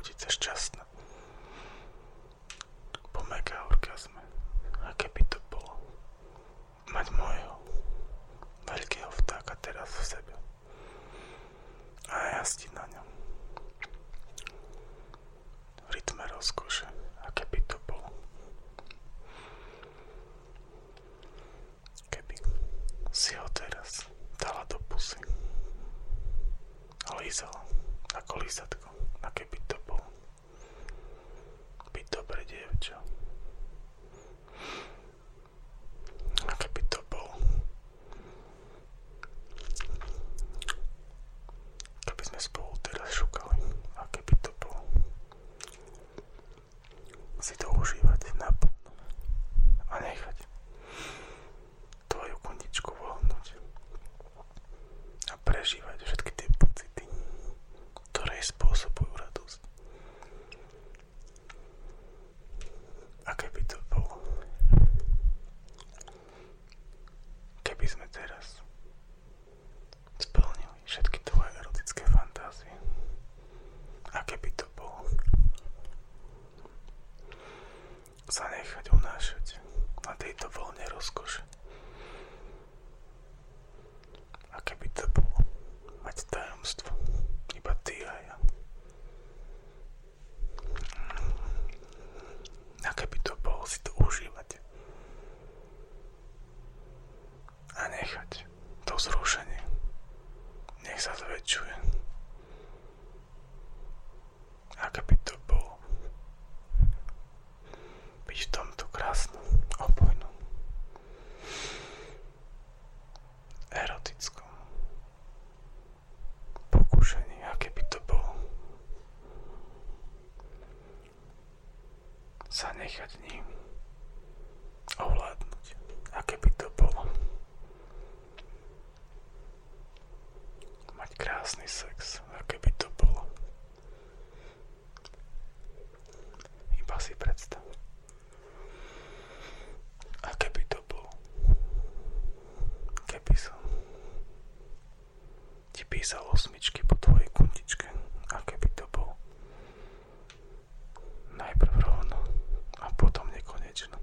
prebudiť sa šťastná po mega orgazme. A keby to bolo mať môjho veľkého vtáka teraz v sebe a jazdiť na ňom v rytme rozkoše. A keby to bolo, keby si ho teraz dala do pusy a lízala ako lízatko. A keby to bolo byť dobre dievča. A keby to bolo, keby sme spolu teraz šukali. A keby to bolo si to užívať naplno a nechať tvoju kondičku vohnúť a prežívať všetky tie pocity, ktoré spôsobujú radosť. A keby to bolo, keby sme teraz splnili všetky tvoje erotické fantázie. A keby to bolo sa nechať unášať na tejto vlne rozkoše. A keby to bolo mať tajomstvo iba ty a ja. A keby to bolo si to užívať a nechať to vzrušenie nech sa zväčšuje. A keby to bolo byť v tomto krásnom, opojnom, erotickom pokušení. A keby to bolo sa nechať ním ovládnuť. A keby to bolo mať krásny sex. A keby to bolo iba si predstav. A keby to bolo, keby som ti písal osmičky po tvojej kuntičke. A keby to bolo najprv rovno a potom nekonečno.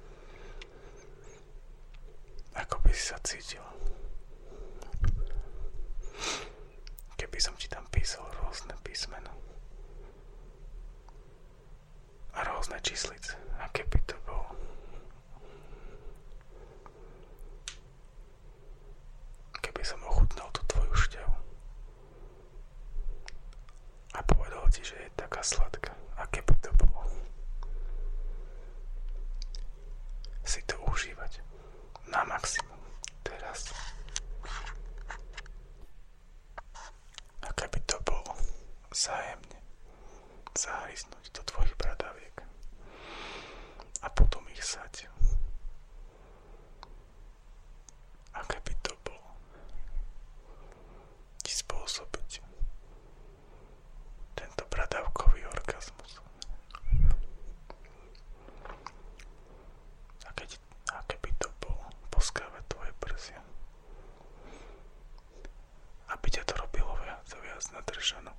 Ako by si sa cítila, keby som ti tam písal rôzne písmena a rôzne číslice. A keby to bolo, keby som ochutnal tú tvoju šťavu a povedal ti, že je taká sladká. A keby to bolo si to užívať na maximum teraz. A keby to bolo vzájemne zahryznúť do tvojich bradaviek a potom ich sať. A keby to bolo ti spôsobiť tento bradavkový orgazmus. A keby to bolo poskávať tvoje prsia, aby ťa to robilo viac a viac nadržano.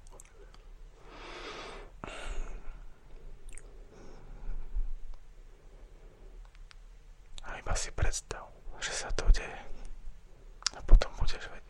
A iba si predstav, že sa to deje a potom budeš vedieť,